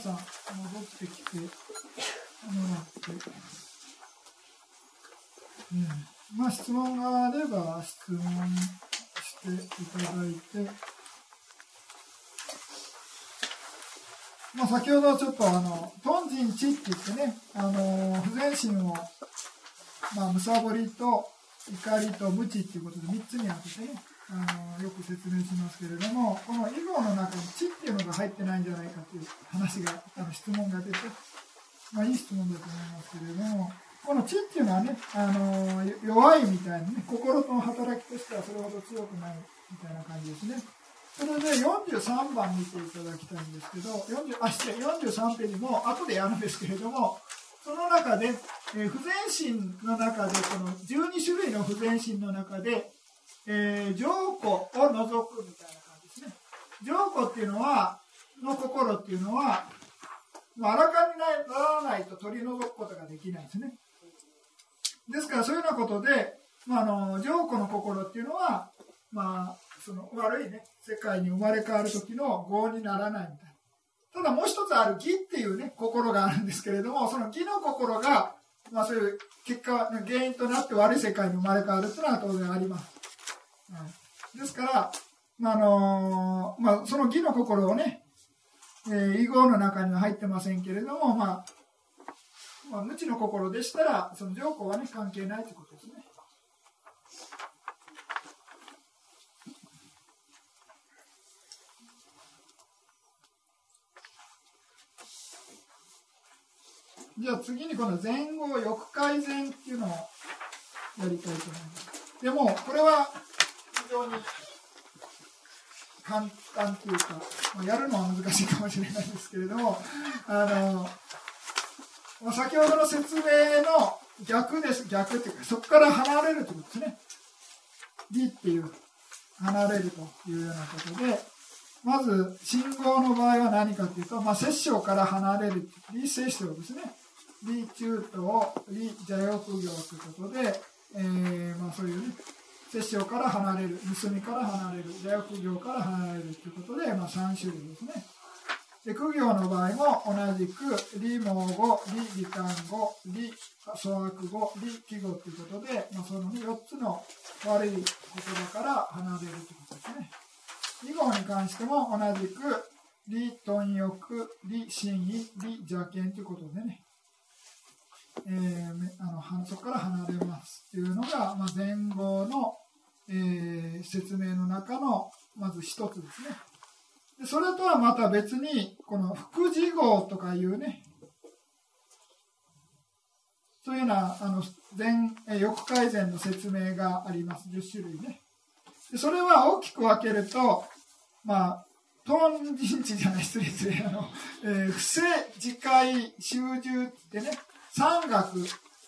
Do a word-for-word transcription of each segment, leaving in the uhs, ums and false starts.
さん戻ってきてもらって、うん、まあ質問があれば質問していただいて、まあ、先ほどちょっとあの頓人知って言ってね、あの不全心を、まあ、むさぼりと怒りと無知っていうことでみっつに分けてね、あのよく説明しますけれども、この囲碁の中に知っていうのが入ってないんじゃないかという話が、あの質問が出て、まあ、いい質問だと思いますけれども、この知っていうのはね、あの弱いみたいなね、心の働きとしてはそれほど強くないみたいな感じですね。それでよんじゅうさんばん見ていただきたいんですけど、よんじゅう、あ、失礼、よんじゅうさんページも後でやるんですけれども、その中で、えー、不全心の中で、このじゅうにしゅるいの不全心の中で、えー、浄固を除くみたいな感じですね。浄固っていうのは、の心っていうのは、まあ、あらかにならないと取り除くことができないですね。ですから、そういうようなことで、まあ、あの浄固の心っていうのは、まあ、その悪いね、世界に生まれ変わる時の業にならないみたいな。ただもう一つある義っていうね、心があるんですけれども、その義の心が、まあそういう結果、原因となって悪い世界に生まれ変わるというのは当然あります。うん、ですから、まああのーまあ、その義の心をね、えー、囲碁の中には入ってませんけれども、まあ、まあ、無知の心でしたら、その浄固はね、関係ないということですね。じゃあ次にこの前後欲改善っていうのをやりたいと思います。でもこれは非常に簡単というか、まあ、やるのは難しいかもしれないですけれども、あの先ほどの説明の逆です。逆っていうか、そこから離れるということですね。義っていう離れるというようなことで、まず信号の場合は何かというと、まあ、摂生から離れる理摂生ですね。理中等、理邪欲行ということで、えーまあ、そういうね、摂生から離れる、盗みから離れる、邪欲行から離れるということで、まあ、さん種類ですね。で、苦行の場合も同じく、理盲語、理理感語、理粗悪語、理記語ということで、まあ、そのよっつの悪い言葉から離れるということですね。囲碁に関しても同じく、理貪欲、理心意、理邪見ということでね、えー、あのそこから離れますというのが、まあ、前後の、えー、説明の中のまず一つですね。でそれとはまた別にこの副次号とかいうね、そういうようなあの前欲改善の説明があります。じゅっしゅるいね。でそれは大きく分けると、まあ頓人知じゃない、失礼失礼、あの、えー、不正自戒修従ってね、三学、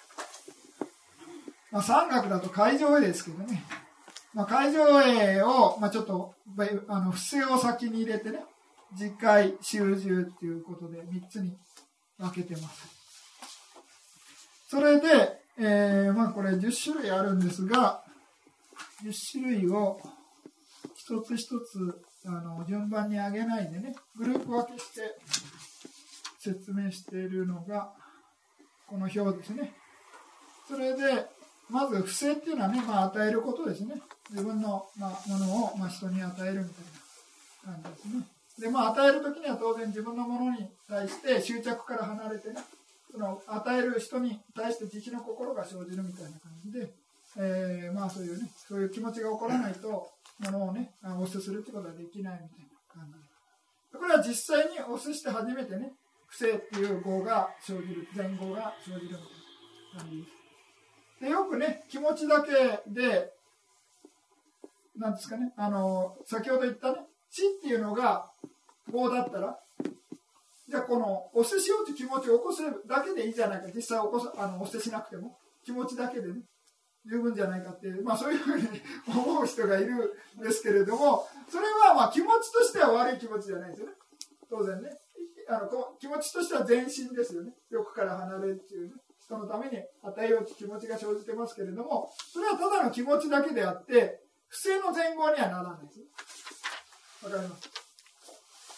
まあ、三学だと海上絵ですけどね、まあ、海上絵を、まあ、ちょっとあの不正を先に入れてね、自戒修従っていうことでみっつに分けてます。それで、えー、まあこれじゅっしゅるいあるんですが、じゅっしゅるいを一つ一つあの順番に上げないでね、グループ分けして説明しているのがこの表ですね。それでまず不正っていうのはね、まあ、与えることですね。自分の、まあ、ものを、まあ、人に与えるみたいな感じですね。で、まあ、与えるときには当然自分のものに対して執着から離れてね、その与える人に対して慈悲の心が生じるみたいな感じで、えー、まあそういうね、そういう気持ちが起こらないと、ものをね、お捨てするってことはできないみたいな感じで。これは実際にお捨てして初めてね、不正っていう業が生じる、前業が生じるみたいな感じです。でよくね、気持ちだけで、なんですかね、あの、先ほど言ったね、知っていうのが業だったら、じゃあこの、お捨てしようという気持ちを起こすだけでいいじゃないか、実際起こす、あの、お捨てしなくても、気持ちだけでね、十分じゃないかっていう、まあそういうふうに思う人がいるんですけれども、それはまあ気持ちとしては悪い気持ちじゃないですよね。当然ね。あの気持ちとしては前進ですよね。欲から離れるっていうね。人のために与えようという気持ちが生じてますけれども、それはただの気持ちだけであって、不正の前後にはならないです。わかります。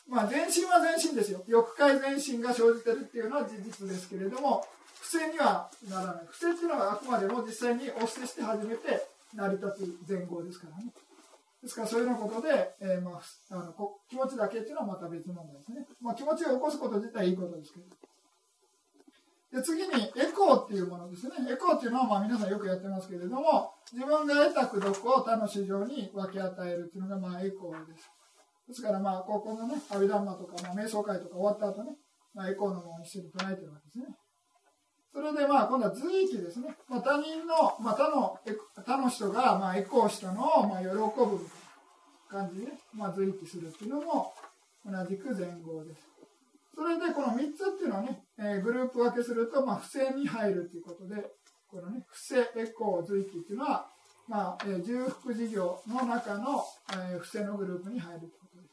まあ、全身は全身ですよ。欲界全身が生じてるっていうのは事実ですけれども、不正にはならない。不正っていうのはあくまでも実際にお捨てして初めて成り立つ前後ですからね。ですからそういうようなことで、えーまあ、あのこ気持ちだけっていうのはまた別問題ですね。まあ、気持ちを起こすこと自体いいことですけど。で次にエコーっていうものですね。エコーっていうのはまあ皆さんよくやってますけれども、自分が得た功徳を他の衆生に分け与えるっていうのがまあエコーです。ですからまあ高校のね、阿弥陀マとか、まあ、瞑想会とか終わった後ね、まあ、エコーのものを一緒に唱えてるわけですね。それでまあ今度は随意ですね。まあ、他人の、まあ、他の他の人がまあエコーしたのをまあ喜ぶみたいな感じで、まあ、随意するっていうのも同じく前後です。それでこのみっつっていうのはね、えー、グループ分けすると、まあ、不正に入るということで、このね、不正、エコー、随記っていうのは、まあ、えー、重複事業の中の、えー、不正のグループに入るという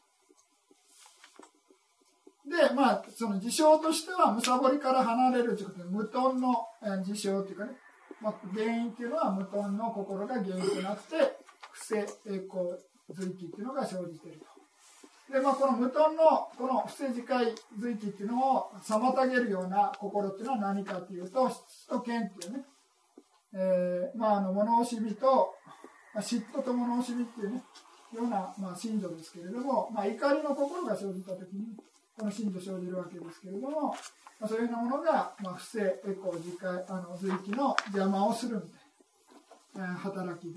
ことです。で、まあ、その事象としては、むさぼりから離れるということで、無頓の、えー、事象というかね、まあ、原因っていうのは無頓の心が原因となって、不正、エコー、随記っていうのが生じていると。でまあ、この無頓のこの不正自戒随記っていうのを妨げるような心っていうのは何かというと、質と見っていうね、えー、まああの物惜しみと、まあ、嫉妬と物惜しみっていうねような、まあ、心情ですけれども、まあ、怒りの心が生じたときにこの心情生じるわけですけれども、まあ、そういうようなものが、まあ、不正エコー自戒あの随記の邪魔をするみたいな、えー、働きです。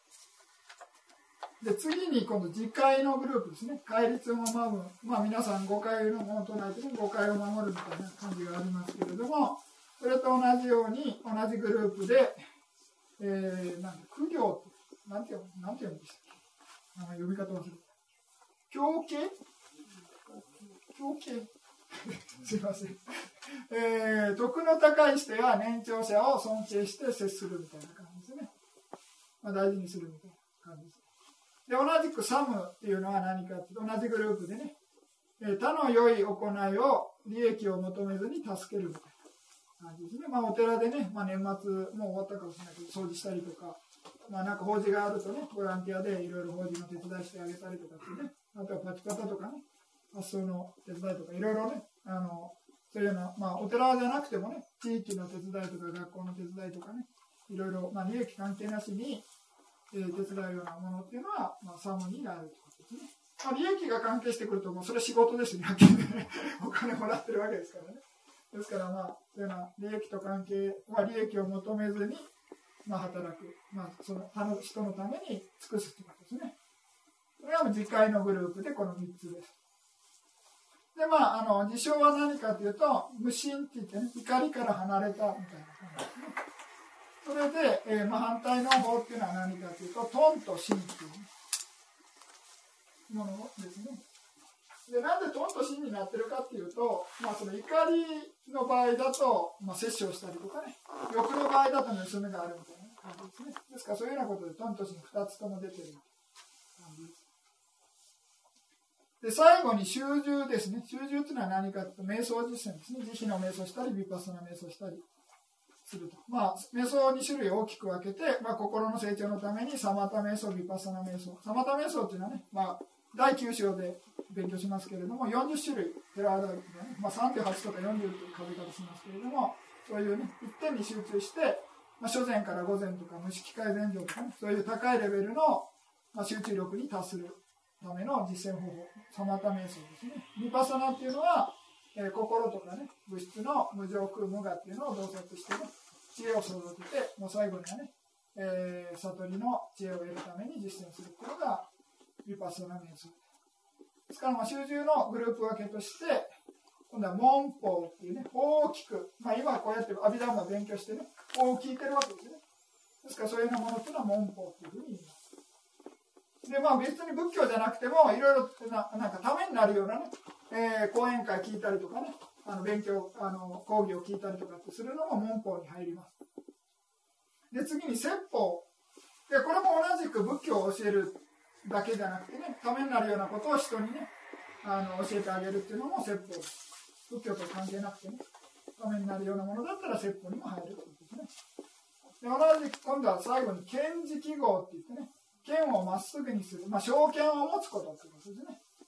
で次に今度自戒のグループですね。戒律を守る、まあ、皆さん誤解のものと唱えて誤解を守るみたいな感じがありますけれども、それと同じように同じグループで、えー、なんて苦行ってなんて読むなんて読むんでしたっけ、なんか読み方忘れた。狂気狂気すいません、えー、徳の高い人や年長者を尊敬して接するみたいな感じですね。まあ、大事にするみたいな感じです。で同じくサムっていうのは何かって同じグループでね、他の良い行いを利益を求めずに助けるみたいな感じですね。まあお寺でね、まあ、年末もう終わったかもしれないけど掃除したりとか、まあなんか法事があるとね、ボランティアでいろいろ法事の手伝いしてあげたりとかってね、あとはパチパタとかね、発送の手伝いとかいろいろね、あのそういうような、まあお寺じゃなくてもね、地域の手伝いとか学校の手伝いとかね、いろいろ、まあ利益関係なしに手伝うようなものっていうのは、まあ、サムになるということですね。まあ、利益が関係してくると、もうそれは仕事ですね。お金もらってるわけですからね。ですから、まあ、そういうような利益と関係は利益を求めずに、まあ、働く。まあ、その他の人のために尽くすということですね。これが自戒のグループでこのみっつです。で、まあ、あの、事象は何かというと、無心って言ってね、怒りから離れたみたいな感じですね。それで、えーまあ、反対の方っていうのは何かというと、トンとシンっていう、ね、ものですね。で、なんでトンとシンになってるかっていうと、まあ、その怒りの場合だと、まあ、摂取をしたりとかね、欲の場合だと盗みがあるみたいな感じですね。ですから、そういうようなことでトンとシンふたつとも出てる感じです。で、最後に集中ですね。集中っていうのは何かというと、瞑想実践ですね。慈悲の瞑想したり、ヴィパッサナ瞑想したり。するとまあ、瞑想に種類大きく分けて、まあ、心の成長のためにサマタ瞑想、ヴィパッサナ瞑想。サマタ瞑想っていうのはね、まあ、だいきゅう章で勉強しますけれども、よんじゅっ種類、テラーダー、ねまあ、さんじゅうはちとかよんじゅうという数え方しますけれども、そういうね、一点に集中して、まあ、初禅から午前とか無色界禅定とかね、そういう高いレベルの、まあ、集中力に達するための実践方法、サマタ瞑想ですね。ヴィパッサナっていうのは、えー、心とかね、物質の無常空無我っていうのを洞察してね、知恵を育てて、もう最後にはね、えー、悟りの知恵を得るために実践するっていうのがヴィパッサナ瞑想ですから、まあ、集中のグループ分けとして、今度は門法っていうね、大きく、まあ、今こうやって阿弥陀仏を勉強してね、法を聞いてるわけですね。ですからそういうようなものっていうのは門法っていうふうに言います。で、まあ別に仏教じゃなくても、いろいろな、なんかためになるようなね、えー、講演会聞いたりとかね、あの勉強、あの講義を聞いたりとかってするのも門法に入ります。で、次に説法。で、これも同じく仏教を教えるだけじゃなくてね、ためになるようなことを人にね、あの教えてあげるっていうのも説法です。仏教と関係なくてね、ためになるようなものだったら説法にも入るということですね。で、同じく今度は最後に見識記号って言ってね、剣をまっすぐにする、まあ、正見を持つことってことですね。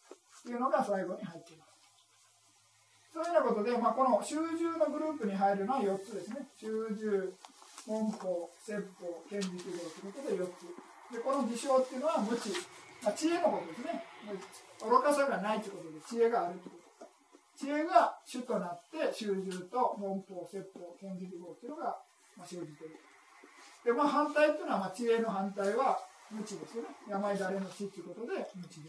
っていうのが最後に入っています。そういうようなことで、まあ、この習従のグループに入るのはよっつですね。習従、文法、説法、見識語ということでよっつ。で、この事象っていうのは無知、まあ、知恵のことですね。愚かさがないということで知恵があるということ。知恵が主となって習従と文法、説法、見識語というのがまあ生じている。で、まあ、反対というのは、まあ、知恵の反対は無知ですよね。病だれの知ということで無知です。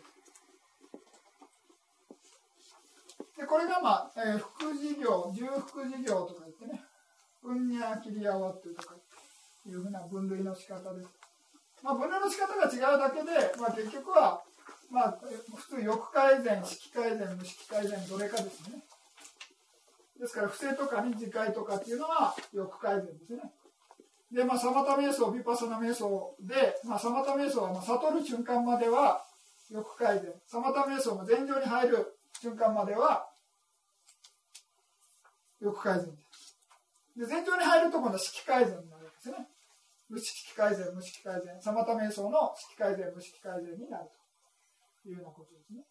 で、これが、まあえー、副事業、重副事業とか言ってね、うんにゃきりやわっていうとかいうふうな分類の仕方です。まあ、分類の仕方が違うだけで、まあ、結局は、まあ、普通、欲改善、識改善、無識改善、どれかですね。ですから、伏せとかに自戒とかっていうのは欲改善ですね。で、まあ、サマタ瞑想、ヴィパッサナ瞑想で、まあ、サマタ瞑想は、まあ、悟る瞬間までは欲改善。サマタ瞑想の禅定に入る瞬間までは欲改善です。で、禅定に入ると今度は識改善になるわけですね。無識改善、無識改善。サマタ瞑想の識改善、無識改善になるというようなことですね。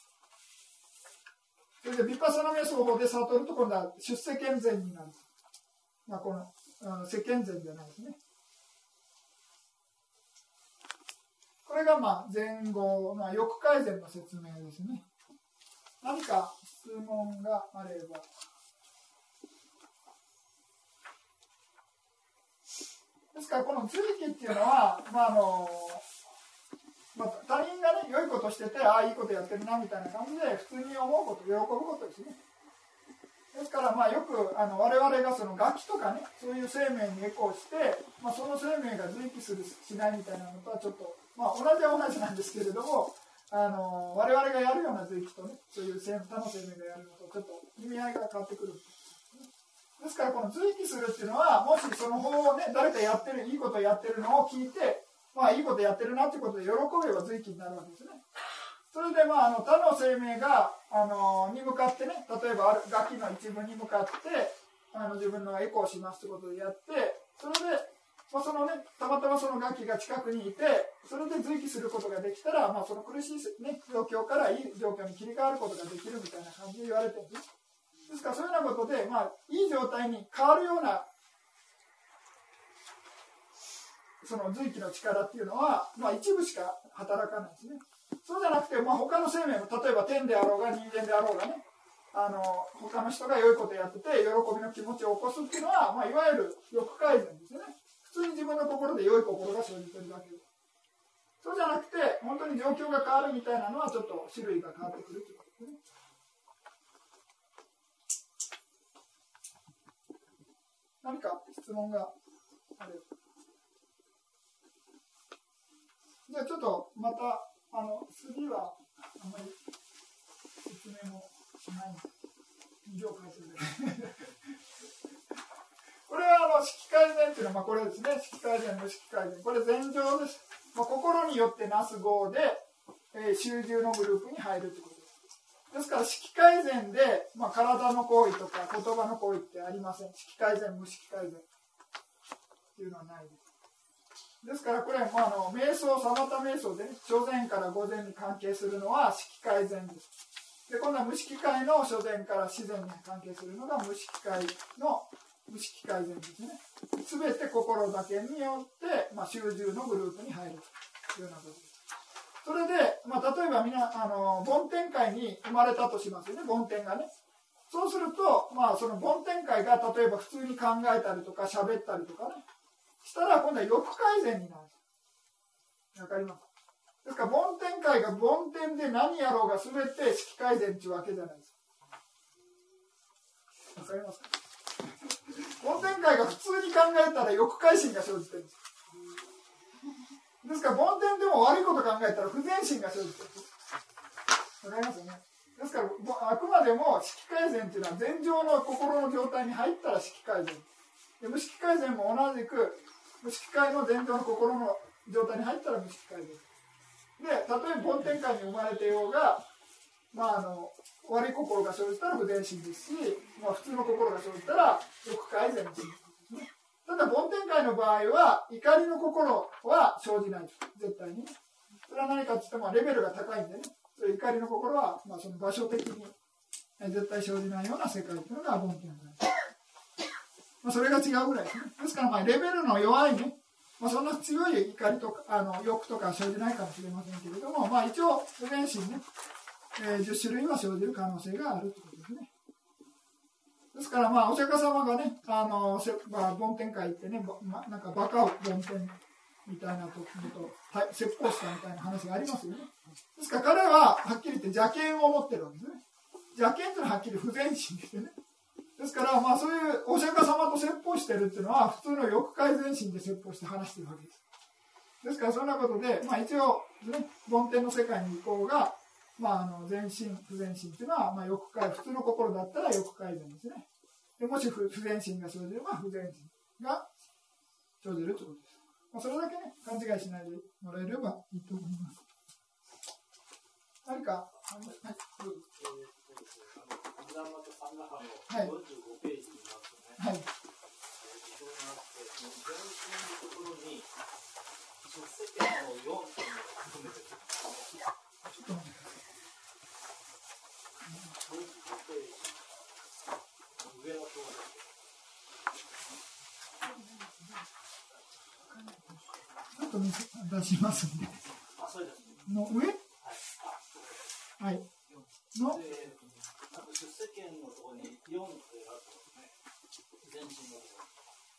それで、ヴィパッサナ瞑想法で悟ると今度は出世顕然になる。まあ、この、あの世間禅じゃないですね。これが、まあ、前後、まあ、欲改善の説明ですね。何か質問があれば。ですから、この随記っていうのは、まああのまあ、他人がね、良いことしてて、ああ、いいことやってるなみたいな感じで、普通に思うこと、喜ぶことですね。ですから、まあ、よくあの我々がその楽器とかね、そういう生命にエコーして、まあ、その生命が随記する、しないみたいなのとはちょっと、まあ、同じは同じなんですけれども、あの我々がやるような随記とね、そういう他の生命がやるのとちょっと意味合いが変わってくる。ですから、この随記するっていうのは、もしその方をね、誰かやってる、いいことやってるのを聞いて、まあ、いいことやってるなっていうことで喜べば随記になるわけですね。それで、まあ、あの他の生命があのに向かってね、例えばある楽器の一部に向かってあの自分のエコーしますということでやって、それで、まあそのね、たまたまその楽器が近くにいて、それで随記することができたら、まあ、その苦しい、ね、状況からいい状況に切り替わることができるみたいな感じで言われてるんです。ですから、そういうようなことで、まあ、いい状態に変わるようなその随記の力っていうのは、まあ、一部しか働かないですね。そうじゃなくて、まあ、他の生命も、例えば天であろうが人間であろうがね、あの他の人が良いことやってて喜びの気持ちを起こすっていうのは、まあ、いわゆる欲改善ですね。普通に自分の心で良い心が生じてるだけです。そうじゃなくて、本当に状況が変わるみたいなのはちょっと種類が変わってくるということですね。何か質問があれば。じゃあちょっとまたあの次はあまり説明もしないに行解するこれはあの識改善っていうのは、まあ、これですね、識改善、無識改善、これ禅定です。まあ、心によってなす業で、えー、習従のグループに入るということです。ですから識改善で、まあ、体の行為とか言葉の行為ってありません。識改善、無識改善っていうのはないです。ですからこれは、まあ、あの瞑想、サマタ瞑想で、ね、初禅から五禅に関係するのは識改善です。で、今度は無識界の初禅から四禅に関係するのが無識界の無識改善ですね。すべて心だけによって、まあ、習従のグループに入るというようなことです。それで、まあ、例えばみんなあの梵天界に生まれたとしますよね、梵天がね。そうすると、まあ、その梵天界が例えば普通に考えたりとか喋ったりとかね、したら今度は欲改善になる。わかります？ですから梵天界が梵天で何やろうが全て識改善っていうわけじゃないです。わかりますか？梵天界が普通に考えたら欲改心が生じてるんです。ですから梵天でも悪いこと考えたら不全心が生じてるんです。わかりますよね？ですからあくまでも識改善っていうのは禅定の心の状態に入ったら識改善で、無識改善も同じく無識界の禅定の心の状態に入ったら無識改善で、たとえ梵天界に生まれてようが、まあ、あの悪い心が生じたら不全心ですし、まあ、普通の心が生じたら欲改善です、ね。ただ梵天界の場合は怒りの心は生じないです、絶対に。それは何かって言ってもレベルが高いんでね、そうと怒りの心は、まあ、その場所的に絶対生じないような世界というのが梵天である。まあ、それが違うぐらいですね。ですから、まあ、レベルの弱いね、まあ、そんな強い怒りとか、あの欲とか生じないかもしれませんけれども、まあ、一応、不全心ね、えー、じゅっしゅるいは生じる可能性があるということですね。ですから、まあ、お釈迦様がね、あの、まあ、梵天会ってね、ま、なんかバカを梵天みたいなとと説法したみたいな話がありますよね。ですから、彼ははっきり言って邪見を持ってるわけですね。邪見というのははっきり不全心ですよね。ですから、まあ、そういうお釈迦様と説法してるっていうのは、普通の欲界全心で説法して話してるわけです。ですから、そんなことで、まあ、一応、ね、梵天の世界に行こうが、まあ、あの全身、不全心というのは、まあ、欲界、普通の心だったら欲界全ですね。でもし不全心が生じれば、不全心が生じるということです。まあ、それだけね、勘違いしないでもらえればいいと思います。何か、あの、はい、どうぞ。 アンダーマとサンガハのよんじゅうごページになってね、はい、自分があって、その全身のところに、出世権のよんというのが含めてるんですね。ちょっと待ってください。よんじゅうごページの上の方です。 ちょっと見せ出しますんで。 あ、そうです。 の上？はい。はい。の出世権のところによんってあったんですね。全身のところ。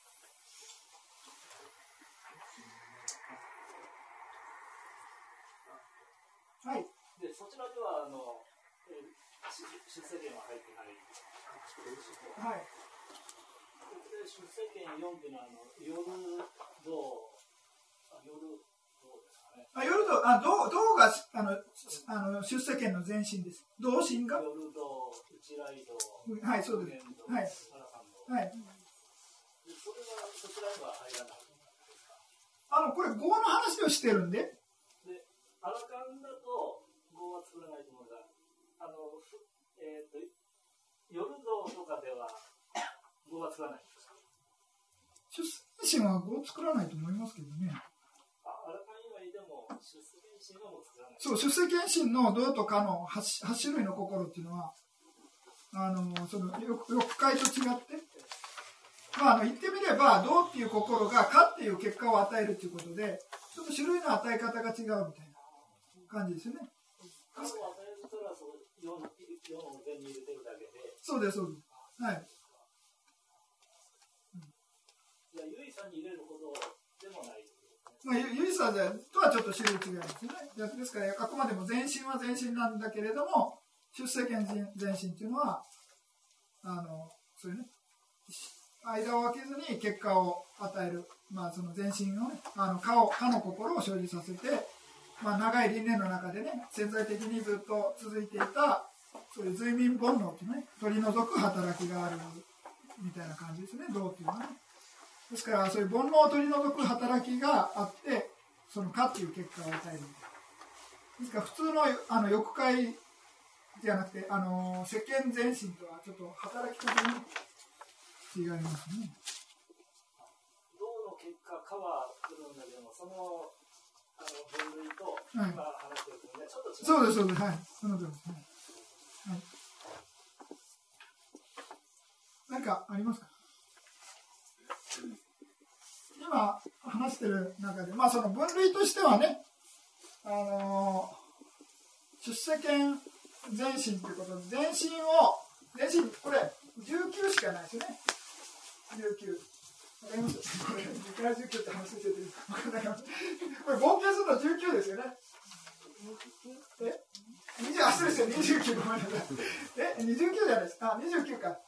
はい。 で、そちらではあの、えー、出世権は入ってない。 はい。 で、出世権よんっていうのはあの夜道、夜道ですかね。 あ、夜道、あ、道、道があのあの出世権の前身です。道心が。 夜道、内来道。 はい、そうです。はい。はい。 それはそちらには入らない。 あのこれ語の話をしてるんで。 で、アラカンだと語は作らないと思うが、あのえっ、ー、と夜道とかでは語は作らないんですか。 出世心は語を作らないと思いますけどね。 あ、アラカン以外でも出世権心はもう作らない。 そう、出世権心の道とかの 8, 8種類の心っていうのは、あのその欲界と違って。まあ、あの言ってみれば、道っていう心がかっていう結果を与えるということで、ちょっと種類の与え方が違うみたいな感じですよね。 かを与えるとはそのよんを上に入れてるだけで。 そうです、そうです。はい。 じゃあ、ゆいさんに入れるほどでもない。 まあ、ゆいさんとはちょっと種類違いますよね。ですから、あくまでも全身は全身なんだけれども、出世権全身っていうのは、あの、そういうね、間を空けずに結果を与える、まあ、その全身をね、あの、かを、かの心を生じさせて、まあ、長い輪廻の中でね、潜在的にずっと続いていた、そういう随眠煩悩というね、取り除く働きがあるみたいな感じですね、道っていうのはね。ですから、そういう煩悩を取り除く働きがあって、そのかっていう結果を与える。ですから、普通の、あの欲界じゃなくて、あの世間全身とはちょっと働き方が違いますね。 道の結果、かは来るんだけども、その、あの分類と今話してる分類はちょっと違う。 そうです、そうです。はい。その通りです。はい。はい、何かありますか？今話してる中で、まあその分類としてはね、あのー、出世権全身ということで、全身を、全身、これじゅうきゅうしかないですよね。じゅうきゅう。わかります？これ、にからじゅうきゅうって話してて、これ合計するのじゅうきゅうですよね。えにじゅう、あ、そうですよ、にじゅうきゅう、ごめんなさい。え、にじゅうきゅうじゃないですか。あ、にじゅうきゅうか。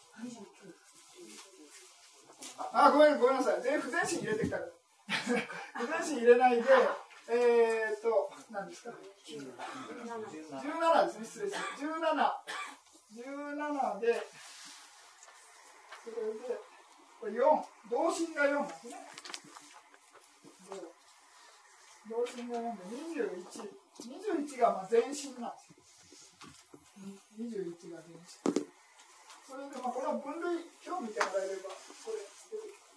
あ、ごめん、ごめんなさい。全不全身入れてきたから。不全身入れないで、えーっと、何ですか。じゅうななですね、失礼します。じゅうなな。じゅうななで、それで、これよん。同心がよんですね。同心がよんでにじゅういち。にじゅういちがまあ全身なんですよ。にじゅういちが全身。それで、まあ、この分類表見てもらえれば、これ出てきます。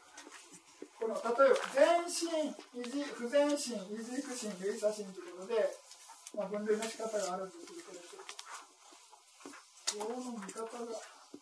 この例えば、全身、維持、不全身、維持不心、類差心ということで、まあ、分類の仕方があるんですけど、 業の見方が。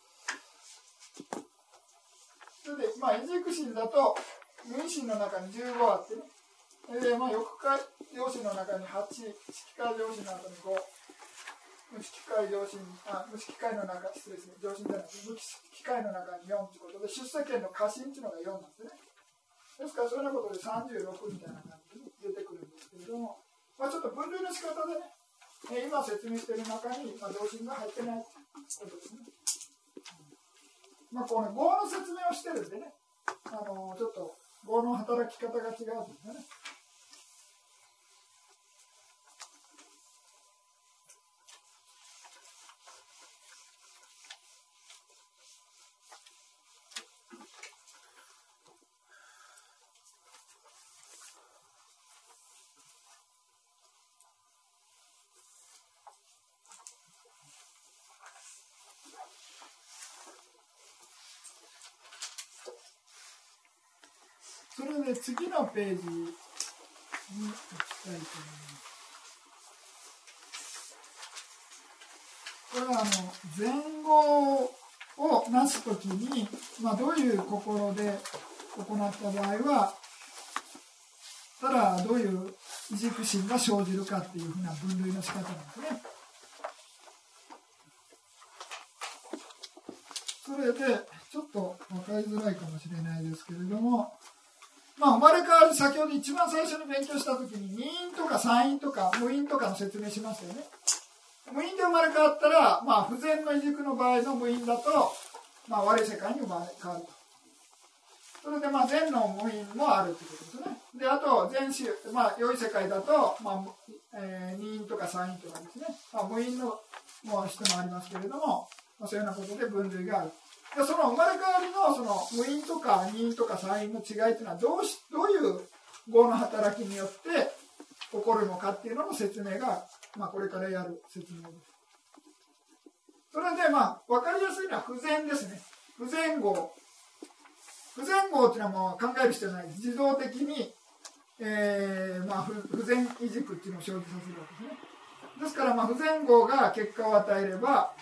それで、まあ、異軸心だと、無意心の中にじゅうごあってね。で、まあ、欲界上心の中にはち、色界上心の中にご、無色界上心、あ、無色界の中、失礼ですね、上心じゃなくて、無色界の中によんということで、出世権の過心というのがよんなんですね。ですから、そういうようなことでさんじゅうろくみたいな感じで、ね、出てくるんですけれども、まあ、ちょっと分類の仕方でね、え今説明している中に、まあ、上心が入ってないということですね。まあ、この業の説明をしてるんでね、あのちょっと業の働き方が違うんですよね。それで次のページに行きたいと思います。これはあの前後をなすときに、まあ、どういう心で行った場合は、ただどういう異軸心が生じるかっていうふうな分類の仕方なんですね。それでちょっと分かりづらいかもしれないですけれども、まあ、生まれ変わり、先ほど一番最初に勉強したときに、二因とか三因とか無因とかの説明しましたよね。無因で生まれ変わったら、まあ、不全の異軸の場合の無因だと、まあ、悪い世界に生まれ変わると。それで、まあ、善の無因もあるということですね。で、あと、善種、まあ、良い世界だと、まあ、えー、二因とか三因とかですね、まあ、無因のも人もありますけれども、まあ、そういうようなことで分類がある。で、その生まれ変わりの、その無因とか二因とか三因の違いというのはどうし、どういう業の働きによって起こるのかっていうのの説明が、まあ、これからやる説明です。それで、まあ、分かりやすいのは不全ですね。不全業。不全業っていうのはもう考える必要ないです。自動的に、えーまあ、不, 不全異軸っていうのを生じさせるわけですね。ですから、まあ、不全業が結果を与えれば、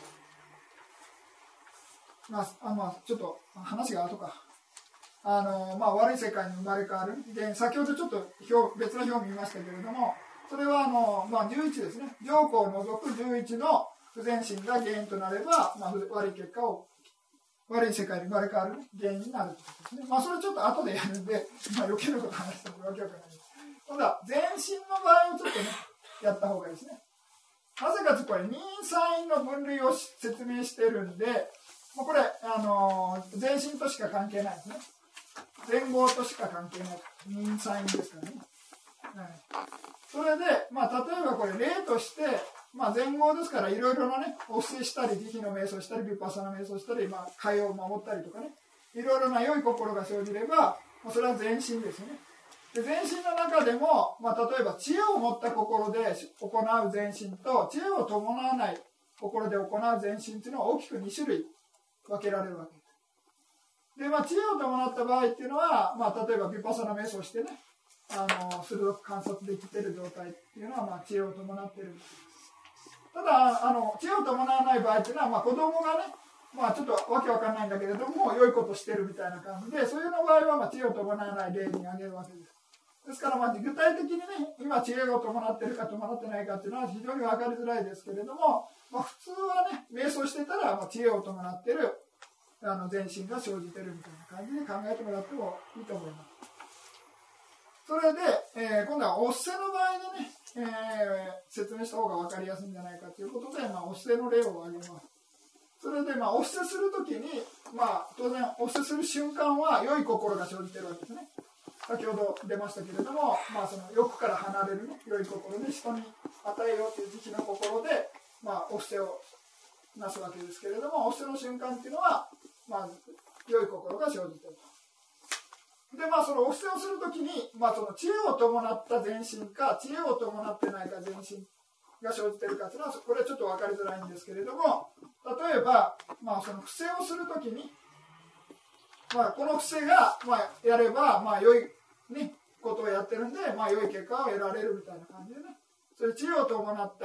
まあ、あまあ、ちょっと話が後か。あのまあ、悪い世界に生まれ変わる。で、先ほどちょっと表別の表を見ましたけれども、それはあの、まあ、じゅういちですね。上項を除くじゅういちの不全心が原因となれば、まあ、悪い結果を、悪い世界に生まれ変わる原因になるということですね。まあ、それちょっと後でやるんで、まあ、余計なこと話してもわけわかんないです。今度は全身の場合をちょっとね、やった方がいいですね。なぜかというと、これ、二因三因の分類を説明してるんで、もうこれ、あのー、全身としか関係ないですね。全業としか関係ない。二因三因ですからね。はい、それで、まあ、例えばこれ、例として、まあ、全業ですから、いろいろなね、お布施したり、慈悲の瞑想したり、ヴィパッサナ瞑想したり、まあ、戒を守ったりとかね、いろいろな良い心が生じれば、まあ、それは全身ですね。で、全身の中でも、まあ、例えば、知恵を持った心で行う全身と、知恵を伴わない心で行う全身っていうのは大きくに種類分けられるわけです。で、まあ、知恵を伴った場合っていうのは、まあ、例えば、ヴィパッサナ瞑想してね、あの、鋭く観察できている状態っていうのは、まあ、知恵を伴っている。ただ、あの、知恵を伴わない場合っていうのは、まあ、子供がね、まあ、ちょっとわけわかんないんだけれども、良いことしてるみたいな感じで、そういうの場合は、まあ、知恵を伴わない例に挙げるわけです。ですから、まあ、具体的にね、今、知恵を伴ってるか伴ってないかっていうのは非常に分かりづらいですけれども、まあ、普通はね、瞑想してたら、まあ、知恵を伴ってる、あの、全身が生じてるみたいな感じで考えてもらってもいいと思います。それで、えー、今度はお布施の場合でね、えー、説明した方が分かりやすいんじゃないかということで、まあ、お布施の例を挙げます。それで、まあ、お布施するときに、まあ、当然、お布施する瞬間は良い心が生じてるわけですね。先ほど出ましたけれども、まあ、その欲から離れる、ね、良い心で人に与えようという慈悲の心で、まあ、お布施をなすわけですけれども、お布施の瞬間っていうのは、まあ、良い心が生じていると。で、まあ、そのお布施をするときに、まあ、その知恵を伴った全身か、知恵を伴ってないか全身が生じているかというのは、これはちょっと分かりづらいんですけれども、例えば、まあ、その布施をするときに、まあ、この布施が、まあ、やれば、まあ、良い、ね、ことをやってるんで、まあ、良い結果を得られるみたいな感じでね、そういう知恵を伴った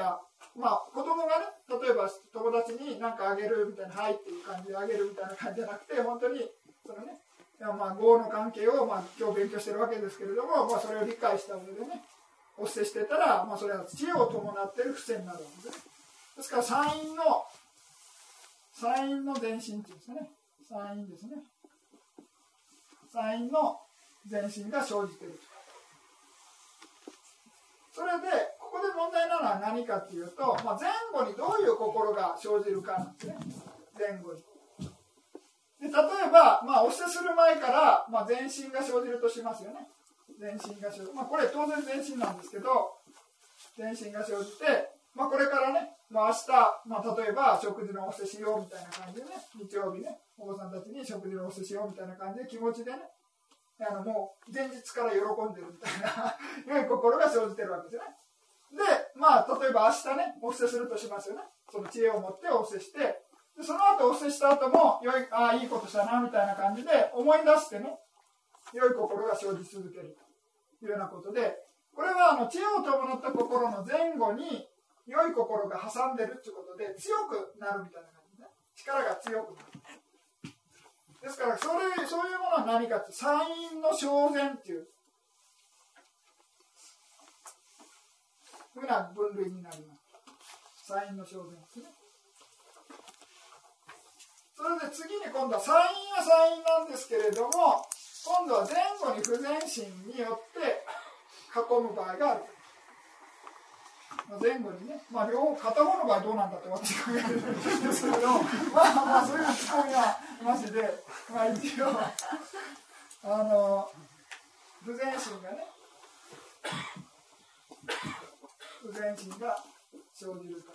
まあ、子供がね、例えば友達に何かあげるみたいな、はいっていう感じであげるみたいな感じじゃなくて、本当に、そのね、まあ、業の関係を、まあ、今日勉強してるわけですけれども、まあ、それを理解した上でね、お布施してたら、まあ、それは知恵を伴っている布施になるわけですね。ですから、山陰の、山陰の前進っていうんですかね。山陰ですね。山陰の前進が生じている。それで、ここで問題なのは何かっていうと、まあ、前後にどういう心が生じるかなんですね。前後に。で例えば、まあ、お布施する前から、まあ、前進が生じるとしますよね。前進が生じる。まあ、これ当然前進なんですけど、前進が生じて、まあ、これからね、まあ、明日、まあ、例えば食事のお布施しようみたいな感じでね、日曜日ね、お子さんたちに食事のお布施しようみたいな感じで気持ちでね、あのもう前日から喜んでるみたいな良い心が生じてるわけですね。で、まあ、例えば明日ね、お布施するとしますよね。その知恵を持ってお布施して、でその後お布施した後も良い、ああ、いいことしたなみたいな感じで思い出してね、良い心が生じ続けるというようなことで、これはあの知恵を伴った心の前後に良い心が挟んでるということで強くなるみたいな感じね。力が強くなる。ですからそれ、そういうものは何かって、山陰の正然っていうふうな分類になります。山陰の正然ですね。それで次に今度は山陰は山陰なんですけれども、今度は前後に不全心によって囲む場合がある。前後にね、まあ、両方片方の場合どうなんだって私が考えてるんですけど、まあまあそういうツッコミはなしで、まあ一応あの不全心がね、不全心が生じると。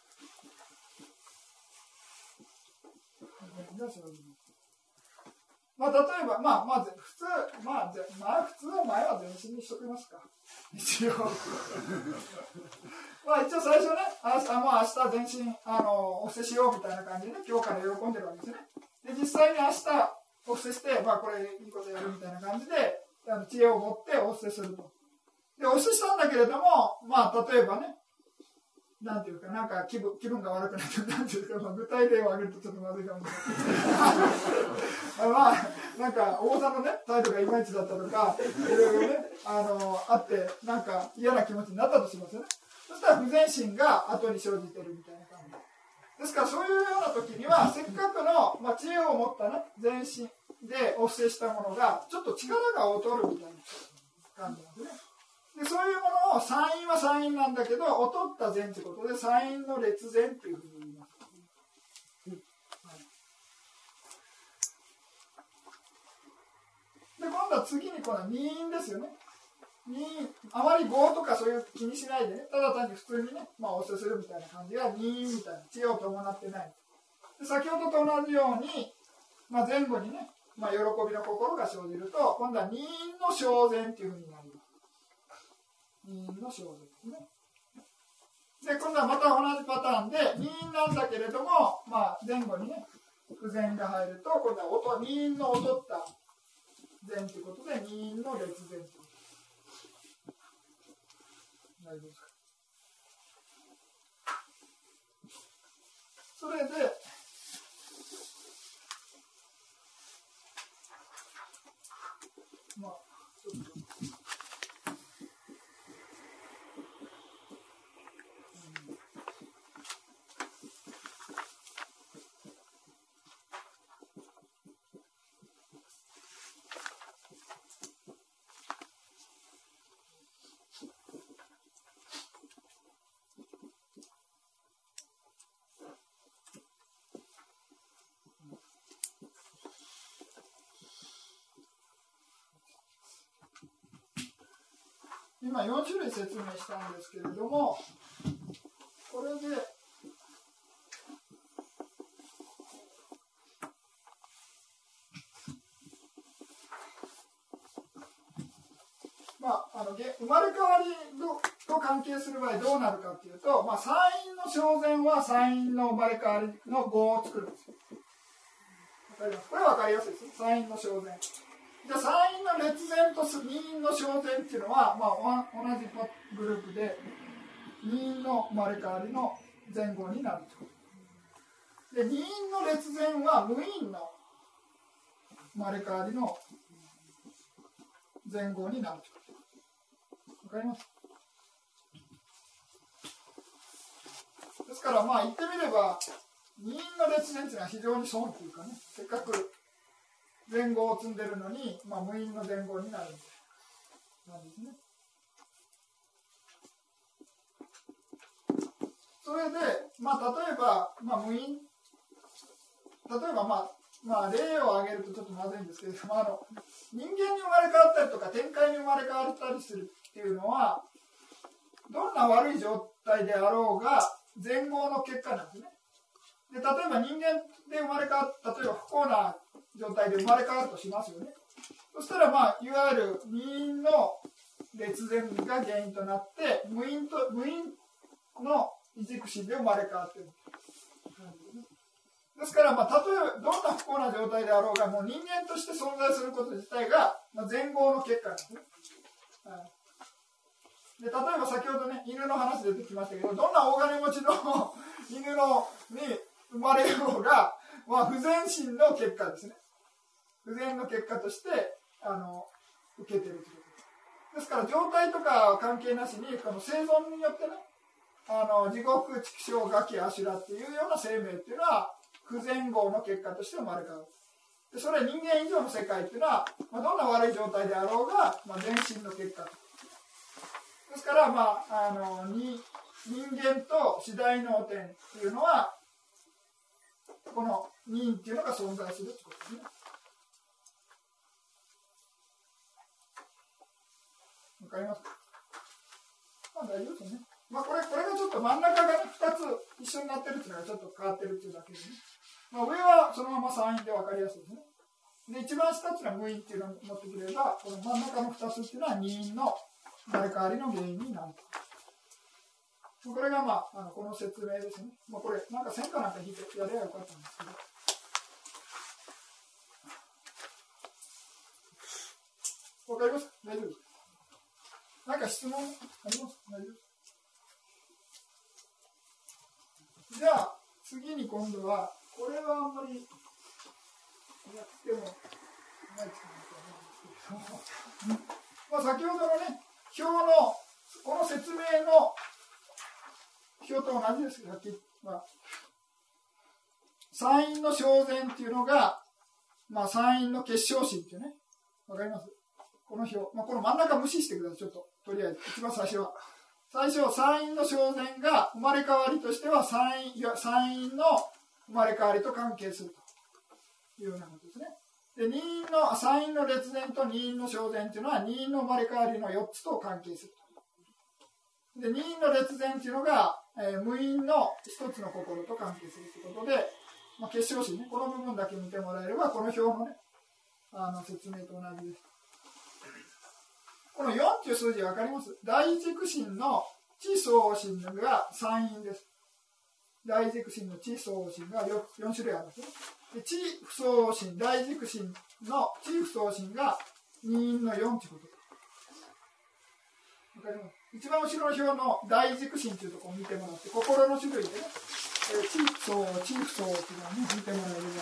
不全心が生じる。まあ例えば、まあまず普通、まあ、まあ、普通の前は全身にしときますか。一応。まあ一応最初ね、あまあ明日全身あのお布施しようみたいな感じでね、今日から喜んでるわけですね。で、実際に明日お布施して、まあこれいいことやるみたいな感じで、あの知恵を持ってお布施すると。で、お布施したんだけれども、まあ例えばね、なんていうか、なんか気分、気分が悪くなって、なんていうか、まあ、具体例を挙げるとちょっとまずいかもしれない。まあ、なんか、王座のね、態度がいまいちだったとか、いろいろね、あの、あって、なんか嫌な気持ちになったとしますよね。そしたら不全心が後に生じてるみたいな感じ。ですから、そういうような時には、せっかくの、まあ、知恵を持ったね、全身でお布施したものが、ちょっと力が劣るみたいな感じなんですね。でそういうものを山陰は山陰なんだけど劣った善ということで山陰の劣善っていうふうに言います、うんはい、で今度は次にこの二因ですよね。二因あまり業とかそういう気にしないでね、ただ単に普通にね、まあ、お布施するみたいな感じが二因みたいな知恵を伴ってない。で先ほどと同じように、まあ、前後にね、まあ、喜びの心が生じると今度は二因の正善っていうふうになります。二因の正善ですね。で、今度はまた同じパターンで、二因なんだけれども、まあ、前後にね、不全が入ると、今度は音二因の劣った善ということで、二因の劣善ということ。大丈夫ですか。それで、まあ、ちょっと。今よん種類説明したんですけれども、これでまあ、あの生まれ変わりと関係する場合どうなるかというと、まあ、山陰の正善は山陰の生まれ変わりの業を作るんですよ。わかります？これは分かりやすいです。山陰の正善。じゃあ山陰の劣善と二陰の正善っていうのは、まあ、同じグループで二因の生まれ変わりの前後になるということ。で、二因の列前は無因の生まれ変わりの前後になるということ。わかります？ですから、まあ言ってみれば、二因の列前というのは非常に損というかね、せっかく前後を積んでるのに、まあ、無因の前後になるなんですね。それで、まあ、例えば、まあ、無因、例えば、まあ、まあ、例を挙げるとちょっとまずいんですけれども、あの人間に生まれ変わったりとか、天界に生まれ変わったりするっていうのは、どんな悪い状態であろうが、前後の結果なんですね。で、例えば人間で生まれ変わった、例えば不幸な状態で生まれ変わるとしますよね。そしたら、まあ、いわゆる二因の列前が原因となって、無因と無因の異軸心で生まれ変わっている。ですから、まあ、たとえどんな不幸な状態であろうが、もう人間として存在すること自体が、まあ、前後の結果なんですね。はい、で、例えば先ほどね、犬の話出てきましたけど、どんな大金持ちの犬のに生まれようが、まあ、不全心の結果ですね。不全の結果としてあの受けているということです。ですから状態とか関係なしにこの生存によってね、あの地獄、畜生、餓鬼、阿修羅っていうような生命っていうのは不全合の結果として生まれ変わる。でそれは人間以上の世界っていうのは、まあ、どんな悪い状態であろうが、まあ、全身の結果ですから、まあ、あのに人間と四大脳天っていうのはこの任っていうのが存在するということですね。わかりますか？まあ大丈夫ですね。まあこれ、これがちょっと真ん中がね、ふたつ一緒になってるっていうのがちょっと変わってるっていうだけでね。まあ上はそのまま三因でわかりやすいですね。で、一番下っていうのは無因っていうのを持ってくれば、この真ん中のふたつっていうのは二因の生まれ変わりの原因になると。これがまあ、あのこの説明ですね。まあこれ、なんか線かなんか引いてやればよかったんですけど。わかりますか？大丈夫ですか？なんか質問ありますか？大丈夫ですか？じゃあ、次に今度は、これはあんまりやってもないですけど、まあ先ほどのね、表の、この説明の表と同じですけど、さっきは、三因の小然っていうのが、まあ三因の結晶心っていうね、わかります？この表、まあ、この真ん中無視してください、ちょっと、とりあえず、一番最初は。最初、三因の小然が生まれ変わりとしては三因、いや三因の生まれ変わりと関係するというようなことですね。で、二因の、三因の列然と二因の小然というのは、二因の生まれ変わりのよっつと関係すると。で、二因の列然というのが、えー、無因の一つの心と関係するということで、まあ、結晶心ね、この部分だけ見てもらえれば、この表のね、あの説明と同じです。このよんという数字分かります？大軸心の地相心が三因です。大軸心の地相心が よん, よん種類あるんですね。で地不相心、大軸心の地不相心が二因のよんということです。分かります？一番後ろの表の大軸心というところを見てもらって、心の種類でね、地不相、地不相というのを、ね、見てもらえれば分かると思います。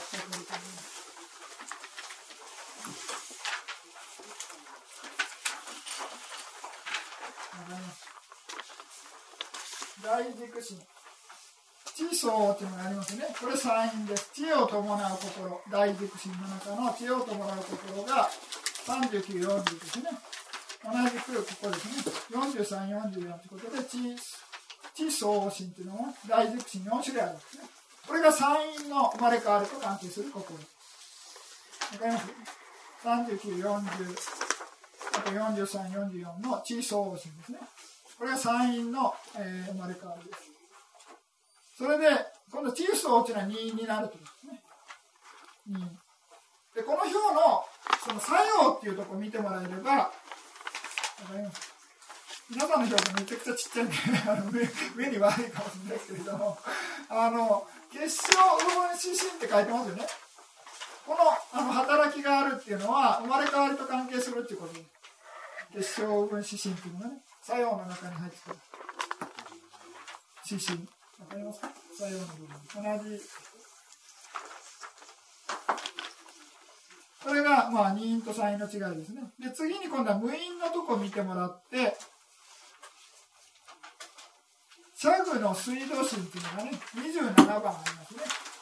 大軸心、地相というのがありますね。これ三因です。知恵を伴う心、大軸心の中の知恵を伴う心がさんじゅうきゅう、よんじゅうですね。同じくここですね。よんじゅうさん、よんじゅうよんということで、地相心というのは大軸心よん種類あるんですね。これが三因の生まれ変わりと関係する心。わかります？さんじゅうきゅう、よんじゅう、あとよんじゅうさん、よんじゅうよんの地相心ですね。これが三因の、えー、生まれ変わりです。それで、今度、地相というのは二因になるということですね。二因。で、この表の、その作用っていうところを見てもらえれば、わかります？皆さんの表がめちゃくちゃちっちゃいんで、あの 目, 目に悪いかもしれないですけれども、あの、結晶分子心って書いてますよね。この、あの働きがあるっていうのは、生まれ変わりと関係するっていうことです。結晶分子心っていうのがね、作用の中に入ってくる。 指針。わかりますか？作用の部分。同じ。これが、まあ、二因と三因の違いですね。で、次に今度は無因のとこ見てもらって、シャグの水道芯っていうのがね、にじゅうななばんありますね。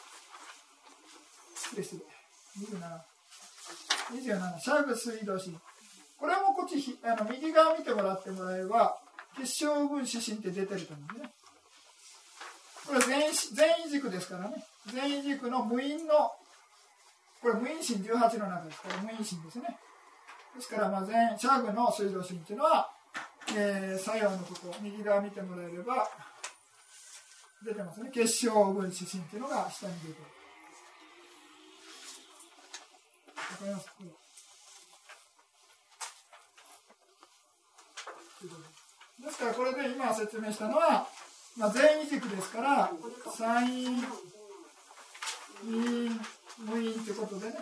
失礼。にじゅうなな。にじゅうなな、シャグ水道芯。これもこっち、あの右側見てもらってもらえば、結晶分子芯って出てると思うんですね。これ全全位軸ですからね。全位軸の無因の、これ無因芯じゅうはちの中ですから、無因芯ですね。ですから、まあ全、シャグの水道芯っていうのは、えー、作用のこと、右側見てもらえれば、出てますね。結晶分子芯っていうのが下に出てる。わかりますか？ですからこれで今説明したのは、まあ、全位軸ですから三因、二因、無因ということでね、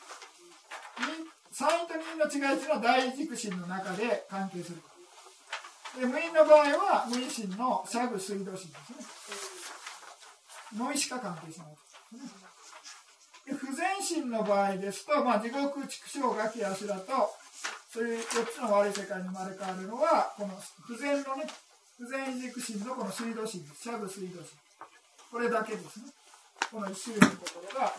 三因と二因の違いというのは大軸心の中で関係する。で無因の場合は無因心のシャグ水道心ですね。のいしか関係しないですね。で不全心の場合ですと、まあ、地獄、畜生、ガキ、アシュラとそういうよっつの悪い世界に生まれ変わるのはこの不全のね、不全軸心のこの水道心です。シャグ水道心。これだけですね。この一種類のところが、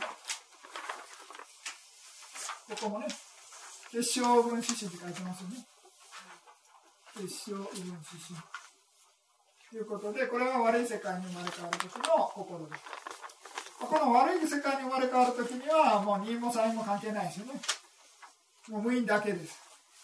ここもね、結晶分子心って書いてますよね。結晶分子心。ということで、これは悪い世界に生まれ変わるときの心です。この悪い世界に生まれ変わるときには、もうに因もさん因も関係ないですよね。もう無因だけです。